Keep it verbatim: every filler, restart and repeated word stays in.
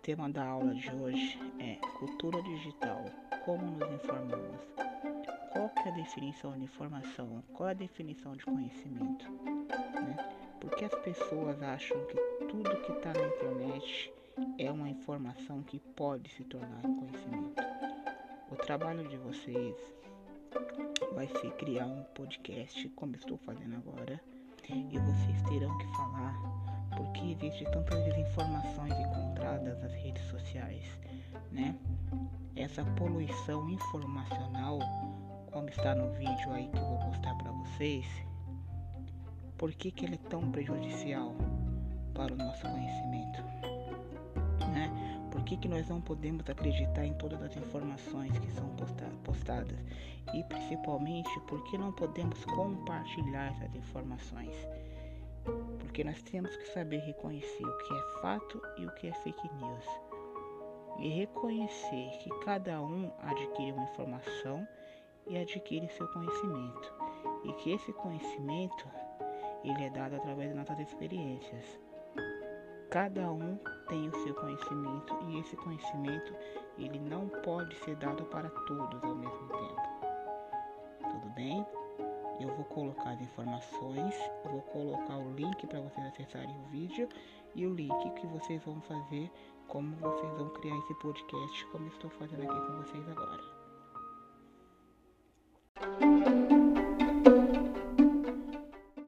tema da aula de hoje é cultura digital, como nos informamos. Qual que é a definição de informação? Qual é a definição de conhecimento? Né? Porque as pessoas acham que tudo que está na internet é uma informação que pode se tornar conhecimento. O trabalho de vocês vai ser criar um podcast, como estou fazendo agora, e vocês terão que falar porque existem tantas desinformações encontradas nas redes sociais, né? Essa poluição informacional, como está no vídeo aí que eu vou postar para vocês, por que que ele é tão prejudicial para o nosso conhecimento, né? Por que que nós não podemos acreditar em todas as informações que são postadas? E principalmente, por que não podemos compartilhar essas informações? Porque nós temos que saber reconhecer o que é fato e o que é fake news. E reconhecer que cada um adquire uma informação e adquire seu conhecimento. E que esse conhecimento, ele é dado através das nossas experiências. Cada um tem o seu conhecimento e esse conhecimento, ele não pode ser dado para todos ao mesmo tempo. Tudo bem? Eu vou colocar as informações, eu vou colocar o link para vocês acessarem o vídeo e o link que vocês vão fazer, como vocês vão criar esse podcast, como estou fazendo aqui com vocês agora.